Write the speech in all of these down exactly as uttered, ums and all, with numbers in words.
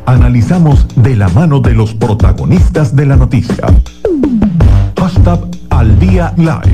Analizamos de la mano de los protagonistas de la noticia. Hashtag Al Día Live.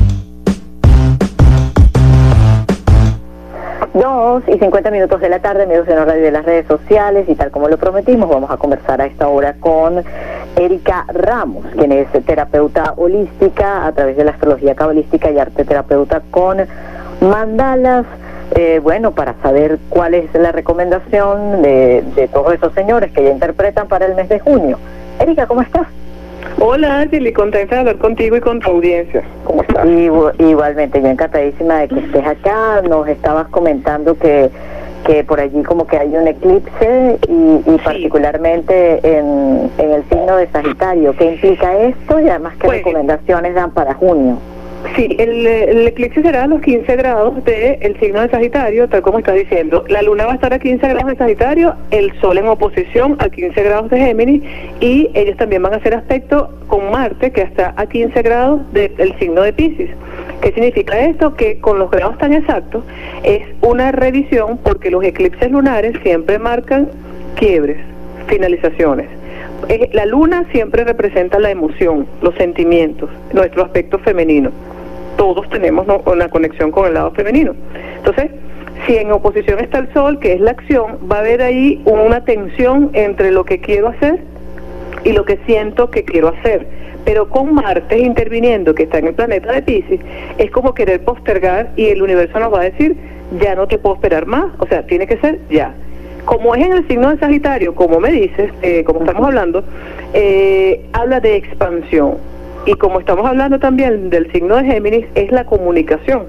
Dos y cincuenta minutos de la tarde, amigos de la radio y de las redes sociales, y tal como lo prometimos, vamos a conversar a esta hora con Erika Ramos, quien es terapeuta holística a través de la astrología cabalística y arte terapeuta con mandalas. Eh, bueno, para saber cuál es la recomendación de, de todos esos señores que ya interpretan para el mes de junio. Erika, ¿cómo estás? Hola, Angeli, contenta de hablar contigo y con tu audiencia. ¿Cómo estás? Igual, igualmente, yo encantadísima de que estés acá. Nos estabas comentando que que por allí como que hay un eclipse y, y sí. particularmente en, en el signo de Sagitario. ¿Qué implica esto? Y además, ¿qué pues, recomendaciones dan para junio? Sí, el, el eclipse será a los quince grados del signo de Sagitario, tal como estás diciendo. La luna va a estar a quince grados de Sagitario, el sol en oposición a quince grados de Géminis, y ellos también van a hacer aspecto con Marte, que está a quince grados del signo de Piscis. ¿Qué significa esto? Que con los grados tan exactos es una revisión, porque los eclipses lunares siempre marcan quiebres, finalizaciones. La luna siempre representa la emoción, los sentimientos, nuestro aspecto femenino. Todos tenemos una conexión con el lado femenino. Entonces, si en oposición está el sol, que es la acción, va a haber ahí una tensión entre lo que quiero hacer y lo que siento que quiero hacer. Pero con Marte interviniendo, que está en el planeta de Piscis, es como querer postergar, y el universo nos va a decir, ya no te puedo esperar más, o sea, tiene que ser ya. Como es en el signo de Sagitario, como me dices, eh, como estamos hablando, eh, habla de expansión. Y como estamos hablando también del signo de Géminis, es la comunicación.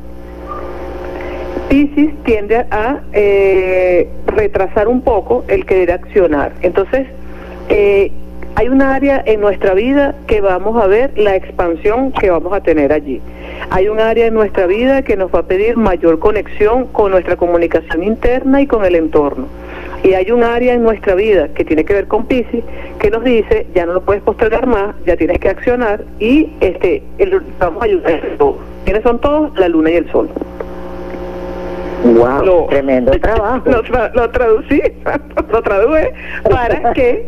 Piscis tiende a eh, retrasar un poco el querer accionar. Entonces, eh, hay un área en nuestra vida que vamos a ver la expansión que vamos a tener allí. Hay un área en nuestra vida que nos va a pedir mayor conexión con nuestra comunicación interna y con el entorno. Y hay un área en nuestra vida que tiene que ver con Piscis, que nos dice, ya no lo puedes postergar más, ya tienes que accionar, y este el, vamos a ayudar a todos. ¿Quiénes son todos? La luna y el sol. Wow, lo, tremendo trabajo. Lo, tra lo traducí, lo traduje para que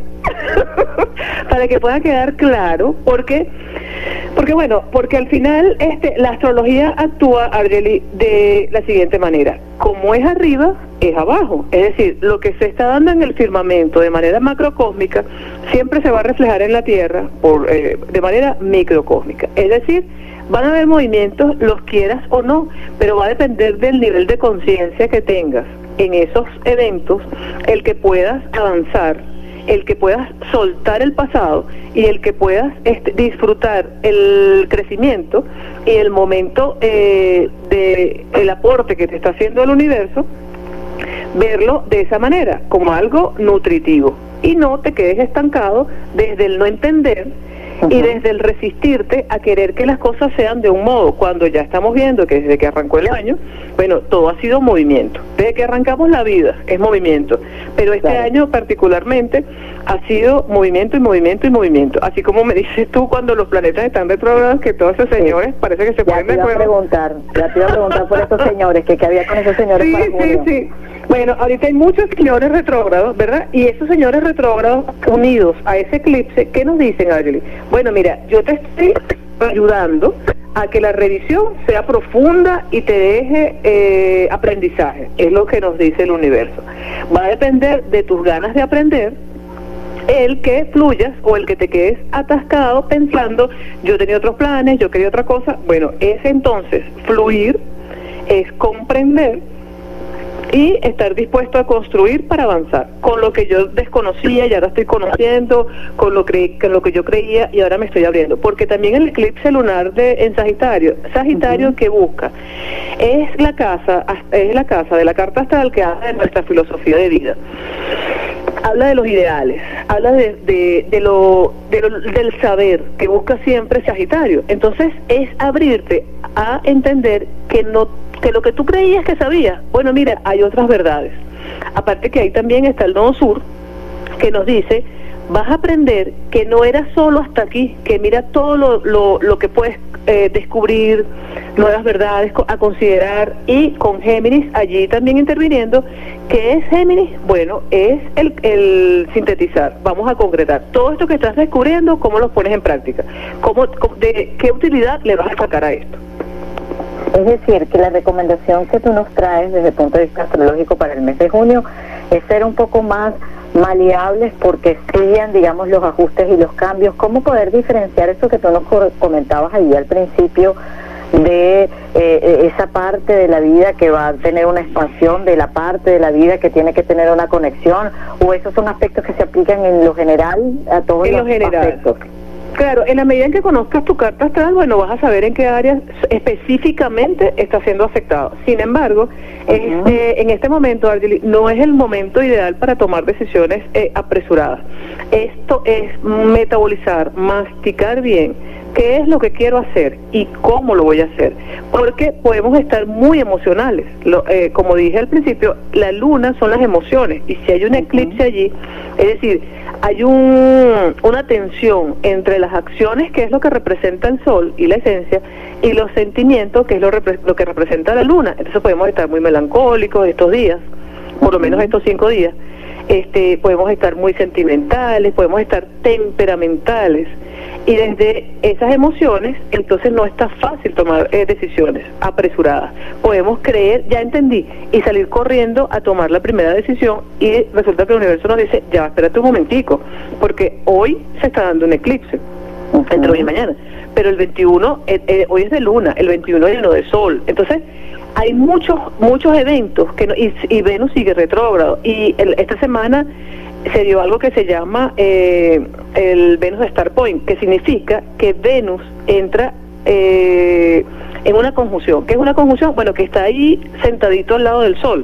para que pueda quedar claro, porque porque bueno, porque al final este la astrología actúa, Argeli, de la siguiente manera: como es arriba, es abajo. Es decir, lo que se está dando en el firmamento de manera macrocósmica siempre se va a reflejar en la Tierra por eh, de manera microcósmica. Es decir, van a haber movimientos, los quieras o no, pero va a depender del nivel de conciencia que tengas en esos eventos, el que puedas avanzar, el que puedas soltar el pasado y el que puedas este, disfrutar el crecimiento y el momento eh, de el aporte que te está haciendo el universo, verlo de esa manera, como algo nutritivo, y no te quedes estancado desde el no entender y desde el resistirte a querer que las cosas sean de un modo, cuando ya estamos viendo que desde que arrancó el año, bueno, todo ha sido movimiento. Desde que arrancamos la vida es movimiento, pero este claro. año particularmente ha sido movimiento y movimiento y movimiento. Así como me dices tú, cuando los planetas están retrógrados, que todos esos señores sí. parece que se ya ponen de acuerdo. Ya te iba a preguntar, ya te iba a preguntar por esos señores, que qué había con esos señores sí, para sí, junio. sí. Bueno, ahorita hay muchos señores retrógrados, ¿verdad? Y esos señores retrógrados unidos a ese eclipse, ¿qué nos dicen, Argeli? Bueno, mira, yo te estoy ayudando a que la revisión sea profunda y te deje eh, aprendizaje, es lo que nos dice el universo. Va a depender de tus ganas de aprender el que fluyas o el que te quedes atascado pensando, yo tenía otros planes, yo quería otra cosa. Bueno, es entonces fluir, es comprender y estar dispuesto a construir para avanzar con lo que yo desconocía y ahora estoy conociendo, con lo que, con lo que yo creía y ahora me estoy abriendo, porque también el eclipse lunar de en Sagitario, Sagitario uh-huh. que busca es la casa, es la casa de la carta astral que habla de nuestra filosofía de vida, habla de los ideales, habla de, de, de lo, de lo del saber que busca siempre Sagitario. Entonces es abrirte a entender que no que lo que tú creías que sabías, bueno, mira, hay otras verdades. Aparte que ahí también está el nodo sur, que nos dice, vas a aprender que no era solo hasta aquí, que mira todo lo, lo, lo que puedes eh, descubrir nuevas verdades a considerar, y con Géminis allí también interviniendo. ¿Qué es Géminis? Bueno, es el, el sintetizar, vamos a concretar todo esto que estás descubriendo, cómo lo pones en práctica, cómo, cómo, de qué utilidad le vas a sacar a esto. Es decir, que la recomendación que tú nos traes desde el punto de vista astrológico para el mes de junio es ser un poco más maleables, porque siguen, digamos, los ajustes y los cambios. ¿Cómo poder diferenciar eso que tú nos comentabas allí al principio de eh, esa parte de la vida que va a tener una expansión, de la parte de la vida que tiene que tener una conexión, o esos son aspectos que se aplican en lo general a todos en los lo general. aspectos? Claro, en la medida en que conozcas tu carta astral, bueno, vas a saber en qué áreas específicamente está siendo afectado. Sin embargo, uh-huh. este, en este momento, Argely, no es el momento ideal para tomar decisiones eh, apresuradas. Esto es metabolizar, masticar bien qué es lo que quiero hacer y cómo lo voy a hacer, porque podemos estar muy emocionales. Lo, eh, como dije al principio, la luna son las emociones, y si hay un eclipse allí, es decir, hay un, una tensión entre las acciones, que es lo que representa el sol y la esencia, y los sentimientos, que es lo, repre lo que representa la luna. Entonces podemos estar muy melancólicos estos días, por lo menos estos cinco días. Este, podemos estar muy sentimentales, podemos estar temperamentales, y desde esas emociones entonces no está fácil tomar eh, decisiones apresuradas. Podemos creer, ya entendí, y salir corriendo a tomar la primera decisión, y resulta que el universo nos dice, ya, espérate un momentico, porque hoy se está dando un eclipse, uh-huh. entre hoy y mañana, pero el veintiuno, eh, eh, hoy es de luna, el veintiuno es lleno de sol. Entonces hay muchos muchos eventos que no, y, y Venus sigue retrógrado, y el, esta semana se dio algo que se llama eh, el Venus Star Point, que significa que Venus entra eh, en una conjunción. ¿Qué es una conjunción? Bueno, que está ahí sentadito al lado del Sol.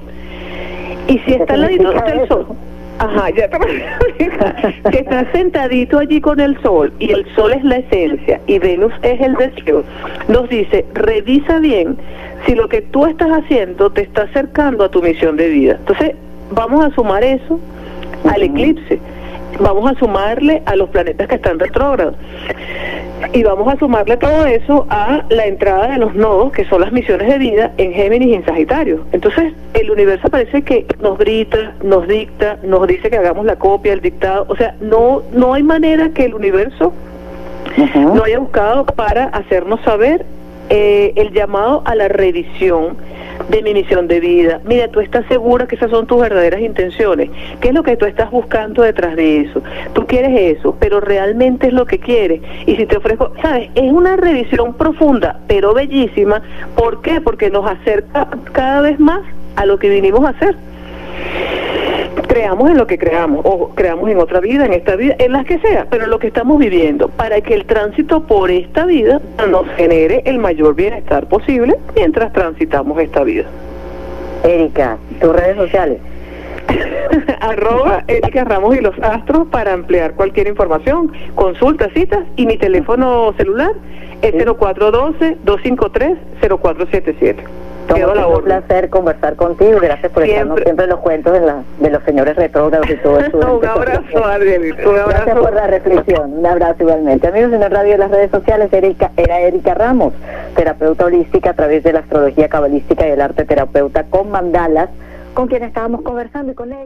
Y si está al ladito del Sol, ajá, ya te que está sentadito allí con el Sol, y el Sol es la esencia y Venus es el deseo, nos dice, revisa bien si lo que tú estás haciendo te está acercando a tu misión de vida. Entonces, vamos a sumar eso al eclipse, vamos a sumarle a los planetas que están retrógrados, y vamos a sumarle todo eso a la entrada de los nodos, que son las misiones de vida en Géminis y en Sagitario. Entonces el universo parece que nos grita, nos dicta, nos dice que hagamos la copia, el dictado. O sea, no no hay manera que el universo uh-huh. no haya buscado para hacernos saber eh, el llamado a la revisión de mi misión de vida. Mira, tú estás segura que esas son tus verdaderas intenciones. ¿Qué es lo que tú estás buscando detrás de eso? Tú quieres eso, pero realmente es lo que quieres. Y si te ofrezco, ¿sabes? Es una revisión profunda, pero bellísima. ¿Por qué? Porque nos acerca cada vez más a lo que vinimos a hacer. Creamos en lo que creamos, o creamos en otra vida, en esta vida, en las que sea, pero lo que estamos viviendo, para que el tránsito por esta vida nos genere el mayor bienestar posible mientras transitamos esta vida. Erika, tus redes sociales. Arroba Erika Ramos y los Astros para ampliar cualquier información, consultas, citas, y mi teléfono celular es cero cuatro uno dos, dos cinco tres, cero cuatro siete siete. Como es un placer conversar contigo. Gracias por siempre. estarnos siempre en los cuentos de, la, de los señores retrógrados y todo eso. Un abrazo, Argely. Un abrazo. Gracias por la reflexión. Un abrazo igualmente. Amigos en la radio y las redes sociales, Erika, era Erika Ramos, terapeuta holística a través de la astrología cabalística y el arte terapeuta con mandalas, con quien estábamos conversando y con ella.